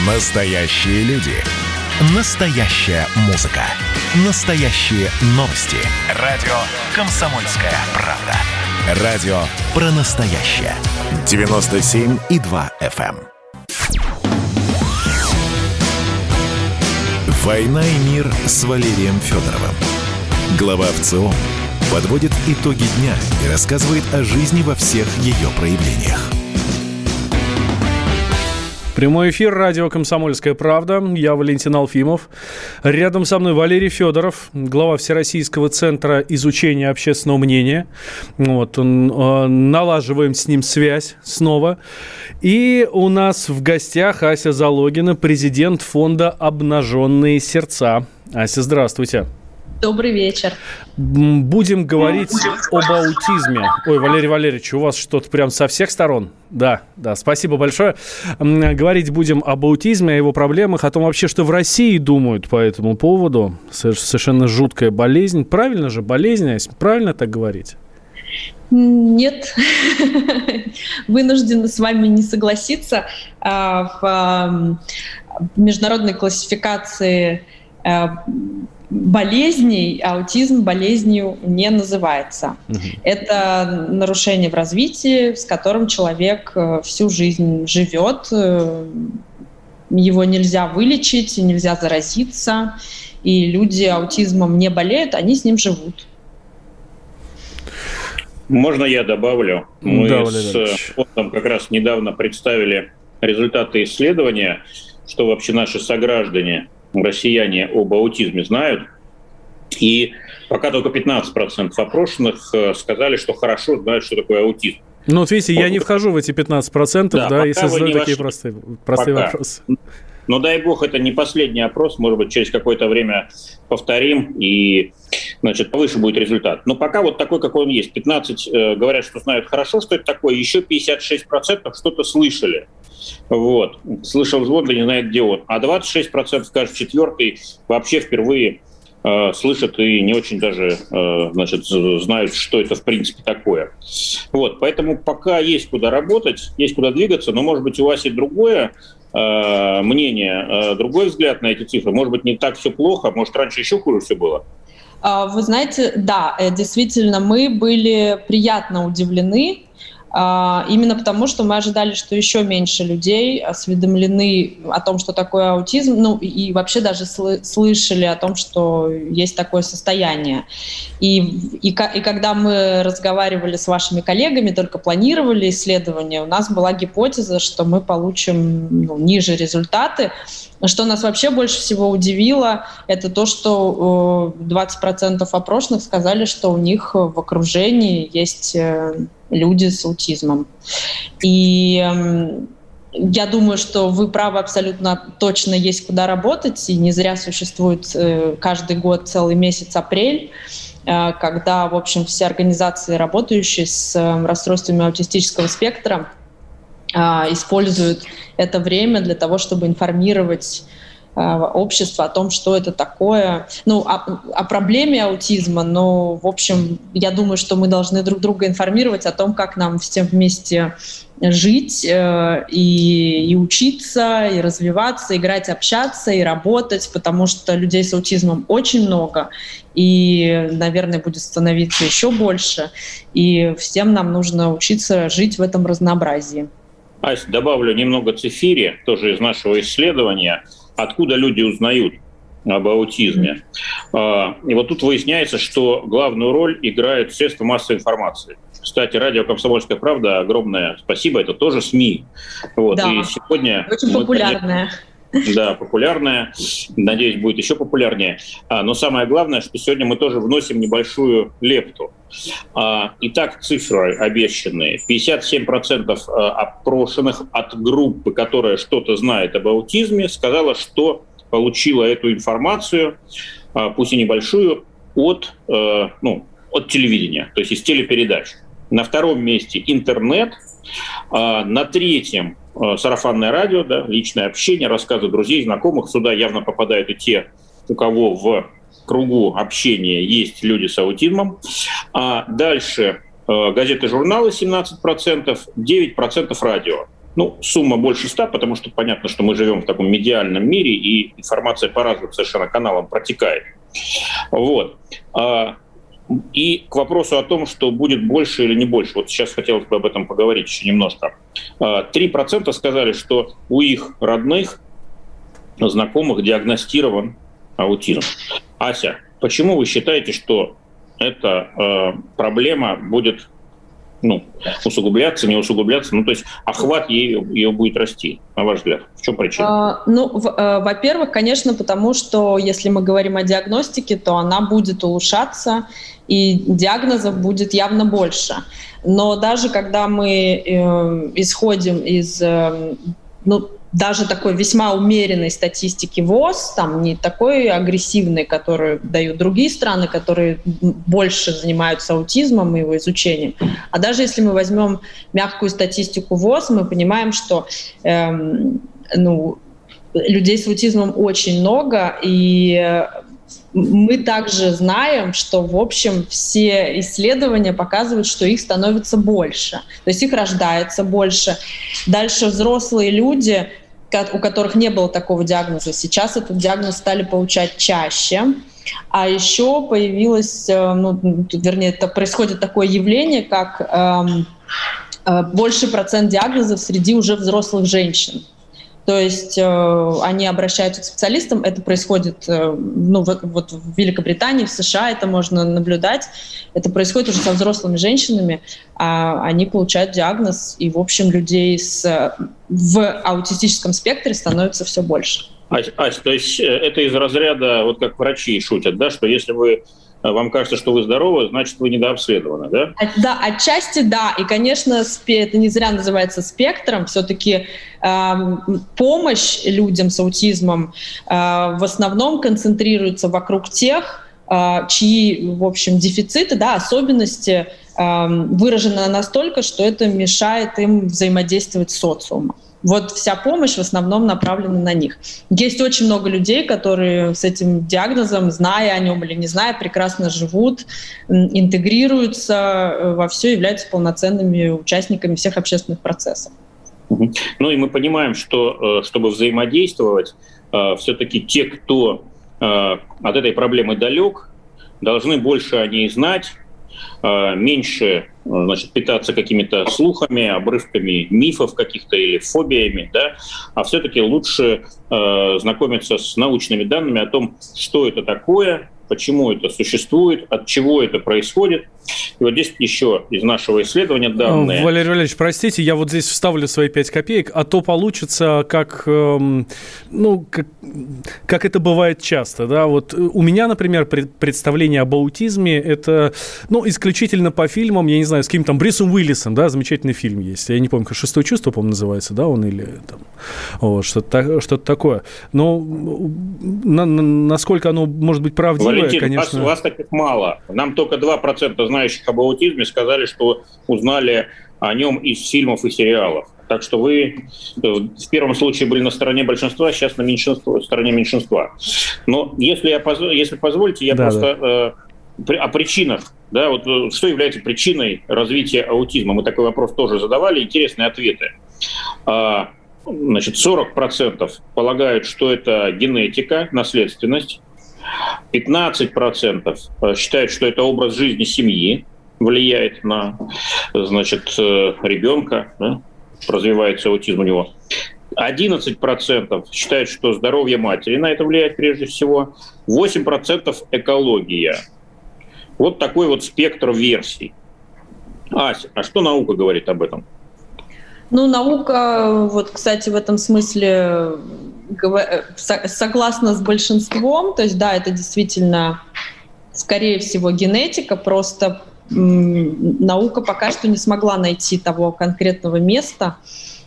Настоящие люди. Настоящая музыка. Настоящие новости. Радио «Комсомольская правда». Радио про настоящее. 97,2 FM. «Война и мир» с Валерием Федоровым. Глава ВЦИОМ подводит итоги дня и рассказывает о жизни во всех ее проявлениях. Прямой эфир, радио «Комсомольская правда». Я Валентин Алфимов. Рядом со мной Валерий Федоров, глава Всероссийского центра изучения общественного мнения. Налаживаем с ним связь снова. И у нас в гостях Ася Залогина, президент фонда «Обнаженные сердца». Ася, здравствуйте. Добрый вечер. Будем говорить об аутизме. Ой, Валерий Валерьевич, у вас что-то прям со всех сторон? Да, спасибо большое. Говорить будем об аутизме, о его проблемах, о том вообще, что в России думают по этому поводу. Совершенно жуткая болезнь. Правильно же болезнь, Ася? Правильно так говорить? Нет, вынуждена с вами не согласиться. В международной классификации болезней аутизм болезнью не называется. Это нарушение в развитии, с которым человек всю жизнь живет. Его нельзя вылечить, нельзя заразиться. И люди аутизмом не болеют, они с ним живут. Можно я добавлю? Мы с фондом как раз недавно представили результаты исследования, что вообще наши сограждане, россияне, об аутизме знают. И пока только 15% опрошенных сказали, что хорошо знают, что такое аутизм. Ну, вот видите, я не вхожу в эти 15%, если задаю такие простые вопросы. Но дай бог, это не последний опрос, может быть, через какое-то время повторим, и, повыше будет результат. Но пока вот такой, какой он есть. 15 говорят, что знают хорошо, что это такое, еще 56% что-то слышали. Вот. Слышал в Лондоне, знает, где он. А 26%, каждый четвертый, вообще впервые слышат и не очень даже знают, что это в принципе такое. Вот. Поэтому пока есть куда работать, есть куда двигаться, но, может быть, у вас и другое мнение, другой взгляд на эти цифры. Может быть, не так все плохо, может, раньше еще хуже все было. Вы знаете, да, действительно, мы были приятно удивлены, именно потому, что мы ожидали, что еще меньше людей осведомлены о том, что такое аутизм, и вообще даже слышали о том, что есть такое состояние. И когда мы разговаривали с вашими коллегами, только планировали исследование, у нас была гипотеза, что мы получим ниже результаты. Что нас вообще больше всего удивило, это то, что 20% опрошенных сказали, что у них в окружении есть люди с аутизмом. И я думаю, что вы правы абсолютно точно, есть куда работать, и не зря существует каждый год целый месяц апрель, когда, в общем, все организации, работающие с расстройствами аутистического спектра, используют это время для того, чтобы информировать общество о том, что это такое, о проблеме аутизма, но, в общем, я думаю, что мы должны друг друга информировать о том, как нам всем вместе жить и учиться, и развиваться, играть, общаться, и работать, потому что людей с аутизмом очень много, и, наверное, будет становиться еще больше, и всем нам нужно учиться жить в этом разнообразии. Ась, добавлю немного цифири, тоже из нашего исследования, откуда люди узнают об аутизме. И вот тут выясняется, что главную роль играют средства массовой информации. Кстати, радио «Комсомольская правда», огромное спасибо, это тоже СМИ. Вот. Да, и сегодня очень популярная. Да, популярная. Надеюсь, будет еще популярнее. Но самое главное, что сегодня мы тоже вносим небольшую лепту. Итак, цифры обещанные. 57% опрошенных от группы, которая что-то знает об аутизме, сказала, что получила эту информацию, пусть и небольшую, от телевидения, то есть из телепередач. На втором месте интернет. На третьем сарафанное радио, личное общение, рассказы друзей, знакомых. Сюда явно попадают и те, у кого в кругу общения есть люди с аутизмом. Дальше газеты, журналы 17%, 9% радио. сумма больше 100, потому что понятно, что мы живем в таком медиальном мире, и информация по разным совершенно каналам протекает. Вот. И к вопросу о том, что будет больше или не больше. Вот сейчас хотелось бы об этом поговорить еще немножко. 3% сказали, что у их родных, знакомых диагностирован аутизм. Ася, почему вы считаете, что эта проблема будет усугубляться, не усугубляться? То есть охват ее будет расти, на ваш взгляд? В чем причина? Во-первых, конечно, потому что если мы говорим о диагностике, то она будет улучшаться, и диагнозов будет явно больше. Но даже когда мы исходим из даже такой весьма умеренной статистики ВОЗ, там не такой агрессивной, которую дают другие страны, которые больше занимаются аутизмом и его изучением. А даже если мы возьмем мягкую статистику ВОЗ, мы понимаем, что людей с аутизмом очень много, и мы также знаем, что, в общем, все исследования показывают, что их становится больше. То есть их рождается больше. Дальше взрослые люди, у которых не было такого диагноза, сейчас этот диагноз стали получать чаще. А еще появилось, это происходит такое явление, как больший процент диагнозов среди уже взрослых женщин. То есть они обращаются к специалистам, это происходит вот в Великобритании, в США это можно наблюдать, это происходит уже со взрослыми женщинами, они получают диагноз, и, в общем, людей в аутистическом спектре становится все больше. Ась, то есть это из разряда, вот как врачи шутят, да, что если вам кажется, что вы здоровы, значит, вы недообследованы, да? Да, отчасти да. И, конечно, это не зря называется спектром. Все-таки помощь людям с аутизмом в основном концентрируется вокруг тех, чьи, в общем, дефициты, особенности выражены настолько, что это мешает им взаимодействовать с социумом. Вот вся помощь в основном направлена на них. Есть очень много людей, которые с этим диагнозом, зная о нем или не зная, прекрасно живут, интегрируются во все, являются полноценными участниками всех общественных процессов. И мы понимаем, что чтобы взаимодействовать, все-таки те, кто от этой проблемы далек, должны больше о ней знать, меньше питаться какими-то слухами, обрывками мифов каких-то или фобиями, да, а все-таки лучше знакомиться с научными данными о том, что это такое, почему это существует, от чего это происходит. И вот здесь еще из нашего исследования данные. Валерий Валерьевич, простите, я вот здесь вставлю свои 5 копеек, а то получится, как это бывает часто. Да? Вот у меня, например, представление об аутизме, это исключительно по фильмам, я не знаю, с каким-то Брюсом Уиллисом, да, замечательный фильм есть. Я не помню, как «Шестое чувство», по-моему, называется, да, он или там, что-то такое. Но насколько оно может быть правдивое, Валентин, конечно... вас таких мало. Нам только 2% знающих об аутизме сказали, что узнали о нем из фильмов и сериалов. Так что вы в первом случае были на стороне большинства, сейчас на стороне меньшинства. Но если позволите, я просто о причинах. Да, вот что является причиной развития аутизма? Мы такой вопрос тоже задавали, интересные ответы. 40% полагают, что это генетика, наследственность. 15% считают, что это образ жизни семьи, влияет на, ребенка, да, развивается аутизм у него. 11% считают, что здоровье матери на это влияет прежде всего. 8% экология. Вот такой вот спектр версий. Ася, а что наука говорит об этом? Наука, кстати, в этом смысле согласна с большинством. То есть, да, это действительно, скорее всего, генетика, просто наука пока что не смогла найти того конкретного места,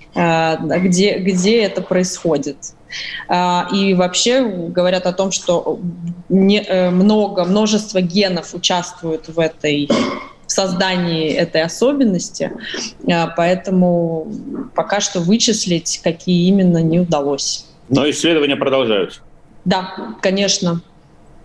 где это происходит. И вообще говорят о том, что множество генов участвуют в создании этой особенности, поэтому пока что вычислить, какие именно, не удалось. Но исследования продолжаются. Да, конечно.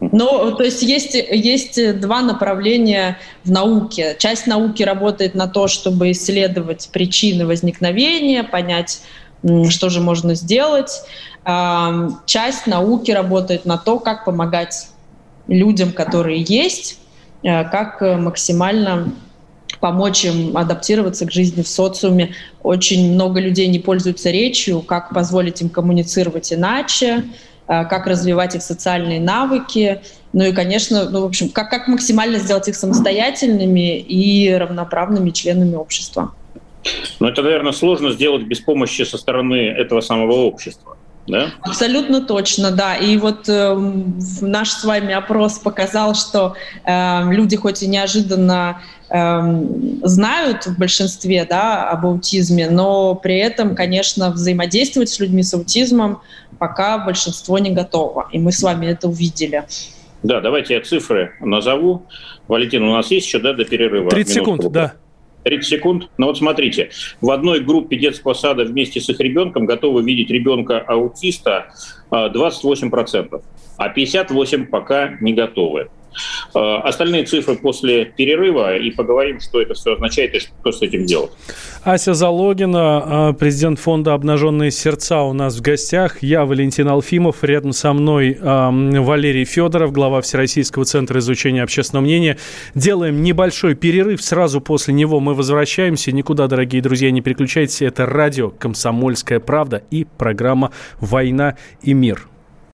Ну, то есть есть два направления в науке. Часть науки работает на то, чтобы исследовать причины возникновения, понять, что же можно сделать. Часть науки работает на то, как помогать людям, которые есть, как максимально помочь им адаптироваться к жизни в социуме. Очень много людей не пользуются речью, как позволить им коммуницировать иначе, как развивать их социальные навыки, ну и, конечно, в общем, как максимально сделать их самостоятельными и равноправными членами общества. Но это, наверное, сложно сделать без помощи со стороны этого самого общества. Да? Абсолютно точно, да. И вот наш с вами опрос показал, что люди хоть и неожиданно знают в большинстве, да, об аутизме, но при этом, конечно, взаимодействовать с людьми с аутизмом пока большинство не готово. И мы с вами это увидели. Да, давайте я цифры назову. Валентин, у нас есть еще, да, до перерыва? 30 секунд, да. 30 секунд. Ну вот смотрите, в одной группе детского сада вместе с их ребенком готовы видеть ребенка-аутиста 28%, а 58% пока не готовы. Остальные цифры после перерыва, и поговорим, что это все означает и что с этим делать. Ася Залогина, президент фонда «Обнаженные сердца» у нас в гостях. Я Валентин Алфимов, рядом со мной Валерий Федоров, глава Всероссийского центра изучения общественного мнения. Делаем небольшой перерыв, сразу после него мы возвращаемся. Никуда, дорогие друзья, не переключайтесь. Это радио «Комсомольская правда» и программа «Война и мир».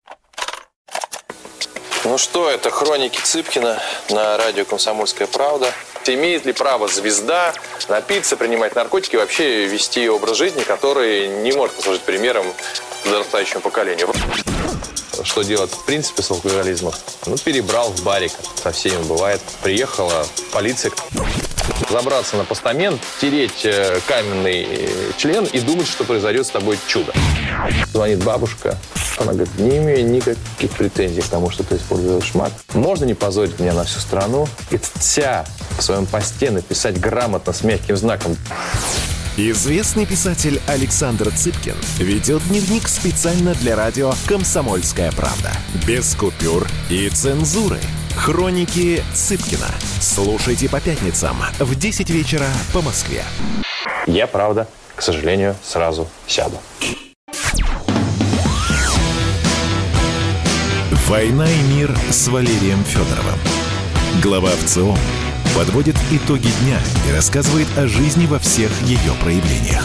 Ну что, это хроники Цыпкина на радио «Комсомольская правда». Имеет ли право звезда напиться, принимать наркотики и вообще вести образ жизни, который не может послужить примером подрастающему поколению? Что делать в принципе с алкоголизмом? Ну, перебрал в барик. Со всеми бывает. Приехала полиция. Забраться на постамент, тереть каменный член и думать, что произойдет с тобой чудо. Звонит бабушка. Она говорит, не имею никаких претензий к тому, что ты используешь мат. Можно не позорить меня на всю страну и вся в своем посте написать грамотно с мягким знаком. Известный писатель Александр Цыпкин ведет дневник специально для радио «Комсомольская правда». Без купюр и цензуры. Хроники Цыпкина. Слушайте по пятницам в 10 вечера по Москве. Я, правда, к сожалению, сразу сяду. «Война и мир» с Валерием Федоровым. Глава ВЦИОМ подводит итоги дня и рассказывает о жизни во всех ее проявлениях.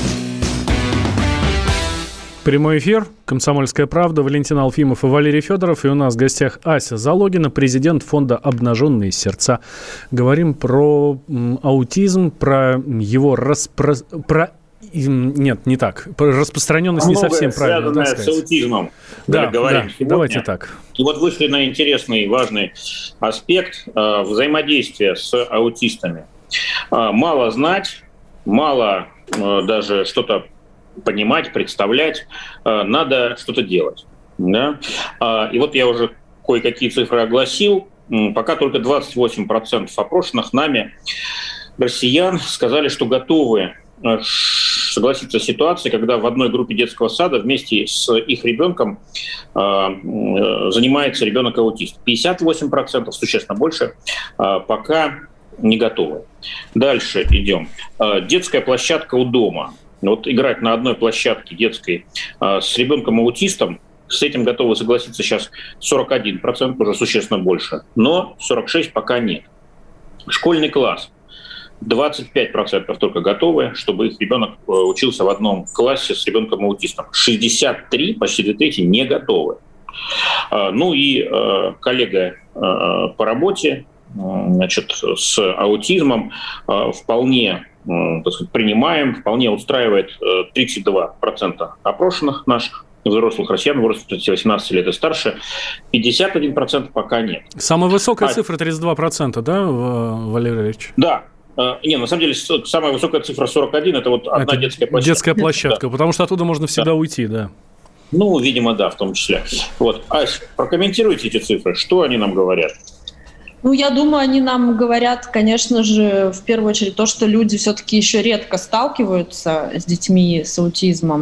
Прямой эфир, «Комсомольская правда», Валентин Алфимов и Валерий Федоров. И у нас в гостях Ася Залогина, президент фонда «Обнаженные сердца». Говорим про аутизм, про его Нет, не так. Распространенность не совсем правильно. Многое связанное с аутизмом. Да, давайте так. И вот вышли на интересный и важный аспект взаимодействия с аутистами. Мало знать, мало даже что-то понимать, представлять, надо что-то делать. Да? И вот я уже кое-какие цифры огласил. Пока только 28% опрошенных нами россиян сказали, что готовы согласиться с ситуацией, когда в одной группе детского сада вместе с их ребенком занимается ребенок-аутист. 58%, существенно больше, пока не готовы. Дальше идем. Детская площадка у дома. Вот играть на одной площадке детской с ребенком-аутистом, с этим готовы согласиться сейчас 41%, уже существенно больше, но 46% пока нет. Школьный класс. 25% только готовы, чтобы их ребенок учился в одном классе с ребенком-аутистом. 63%, почти 2/3, не готовы. Ну и коллега по работе, значит, с аутизмом вполне, так сказать, принимаем, вполне устраивает 32% опрошенных наших взрослых россиян в возрасте 18 лет и старше, 51% пока нет. Самая высокая цифра 32%, да, Валерий Валерьевич? Да. Не, на самом деле, самая высокая цифра 41, это вот одна детская площадка. Детская площадка, да. Потому что оттуда можно всегда уйти, да. Ну, видимо, да, в том числе. Вот, Ась, прокомментируйте эти цифры, что они нам говорят? Ну, я думаю, они нам говорят, конечно же, в первую очередь то, что люди все-таки еще редко сталкиваются с детьми с аутизмом.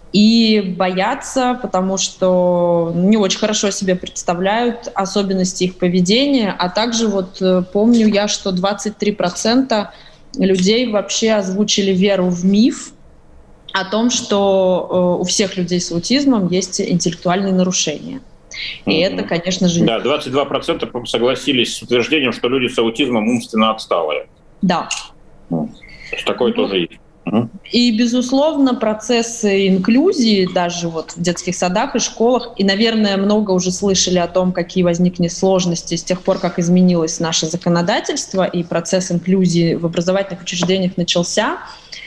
и боятся, потому что не очень хорошо себе представляют особенности их поведения. А также вот помню я, что 23% людей вообще озвучили веру в миф о том, что у всех людей с аутизмом есть интеллектуальные нарушения. И это, конечно же... Да, 22% согласились с утверждением, что люди с аутизмом умственно отсталые. Да. Такое тоже есть. И, безусловно, процессы инклюзии даже вот в детских садах и школах, и, наверное, много уже слышали о том, какие возникли сложности с тех пор, как изменилось наше законодательство, и процесс инклюзии в образовательных учреждениях начался,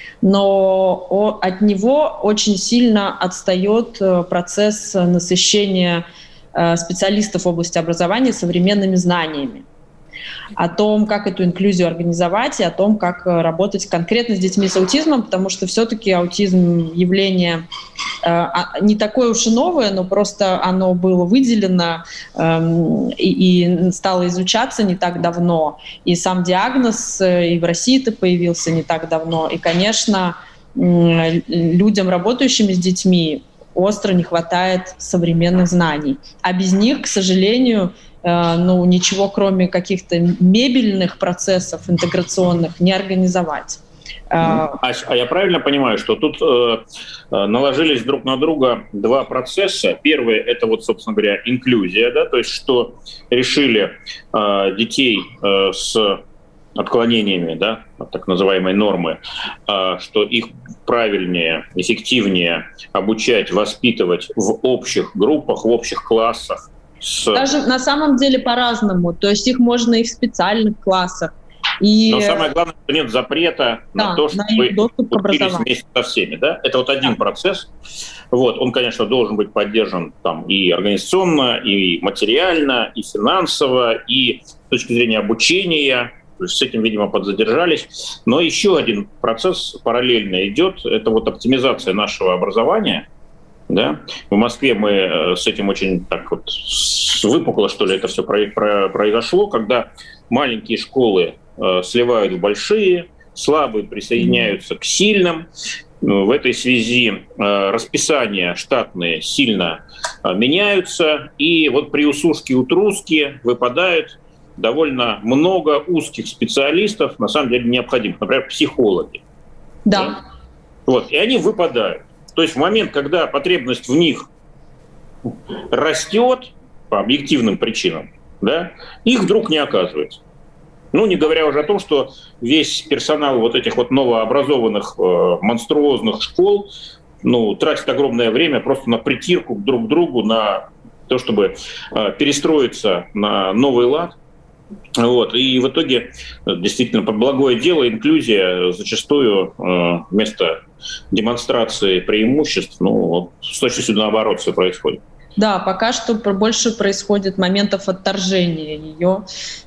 но от него очень сильно отстает процесс насыщения специалистов в области образования современными знаниями о том, как эту инклюзию организовать, и о том, как работать конкретно с детьми с аутизмом, потому что все-таки аутизм — явление не такое уж и новое, но просто оно было выделено и стало изучаться не так давно. И сам диагноз и в России-то появился не так давно. И, конечно, людям, работающим с детьми, остро не хватает современных знаний. А без них, к сожалению, ничего, кроме каких-то мебельных процессов интеграционных, не организовать. А я правильно понимаю, что тут наложились друг на друга два процесса? Первый — это вот, собственно говоря, инклюзия, да, то есть что решили детей с отклонениями, да, от так называемой нормы, что их правильнее, эффективнее обучать, воспитывать в общих группах, в общих классах. Даже на самом деле по-разному. То есть их можно и в специальных классах. Но самое главное, что нет запрета на то, чтобы учились вместе со всеми. Да? Это вот один процесс. Вот. Он, конечно, должен быть поддержан там, и организационно, и материально, и финансово, и с точки зрения обучения. То есть с этим, видимо, подзадержались. Но еще один процесс параллельно идет. Это вот оптимизация нашего образования. Да? В Москве мы с этим очень так вот выпукло, что ли, это все произошло, когда маленькие школы сливают в большие, слабые присоединяются к сильным. В этой связи расписания штатные сильно меняются, и вот при усушке-утруске выпадает довольно много узких специалистов, на самом деле необходимых, например, психологи. Да. Вот, и они выпадают. То есть в момент, когда потребность в них растет по объективным причинам, да, их вдруг не оказывается. Ну, не говоря уже о том, что весь персонал вот этих вот новообразованных монструозных школ тратит огромное время просто на притирку друг к другу, на то, чтобы перестроиться на новый лад. Вот. И в итоге действительно под благое дело инклюзия зачастую вместо демонстрации преимуществ, с точностью наоборот все происходит. Да, пока что больше происходит моментов отторжения ее.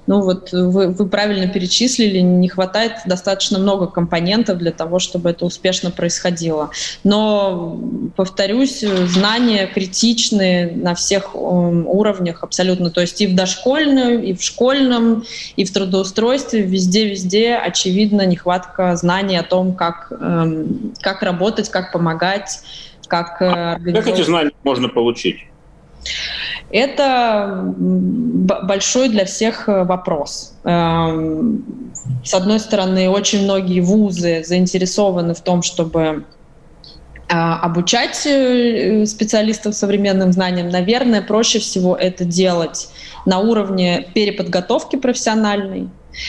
Вы правильно перечислили, не хватает достаточно много компонентов для того, чтобы это успешно происходило. Но, повторюсь, знания критичны на всех уровнях абсолютно. То есть и в дошкольном, и в школьном, и в трудоустройстве, везде очевидно нехватка знаний о том, как работать, как помогать, как организовать. Как эти знания можно получить? Это большой для всех вопрос. С одной стороны, очень многие вузы заинтересованы в том, чтобы обучать специалистов современным знаниям. Наверное, проще всего это делать на уровне переподготовки профессиональной.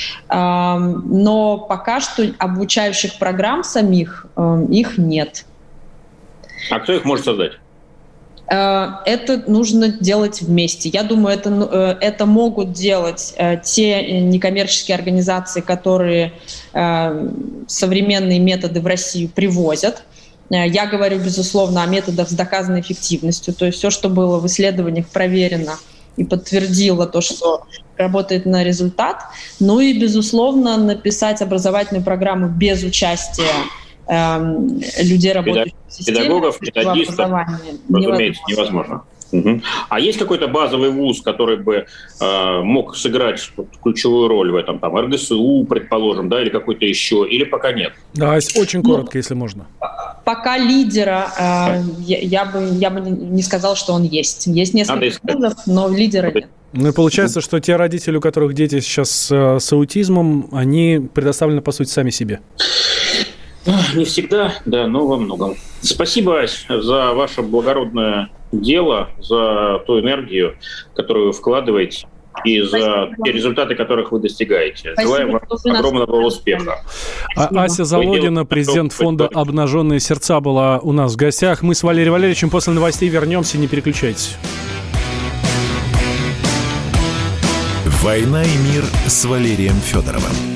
Но пока что обучающих программ самих их нет. А кто их может создать? Это нужно делать вместе. Я думаю, это могут делать те некоммерческие организации, которые современные методы в Россию привозят. Я говорю, безусловно, о методах с доказанной эффективностью. То есть все, что было в исследованиях проверено и подтвердило то, что работает на результат. Ну и, безусловно, написать образовательную программу без участия людей, работающих в системе, педагогов, методистов, разумеется, невозможно. А есть какой-то базовый вуз, который бы мог сыграть ключевую роль в этом, там, РГСУ, предположим, да, или какой-то еще, или пока нет? Да, очень коротко, если можно. Пока лидера я бы не сказал, что он есть. Есть несколько вузов, но лидера нет. Ну и получается, что те родители, у которых дети сейчас с аутизмом, они предоставлены, по сути, сами себе. Не всегда, да, но во многом. Спасибо, Ась, за ваше благородное дело, за ту энергию, которую вы вкладываете, и за те результаты, которых вы достигаете. Желаем вам огромного успеха. Ася Залогина, президент фонда «Обнаженные сердца», была у нас в гостях. Мы с Валерием Валерьевичем после новостей вернемся, не переключайтесь. «Война и мир» с Валерием Федоровым.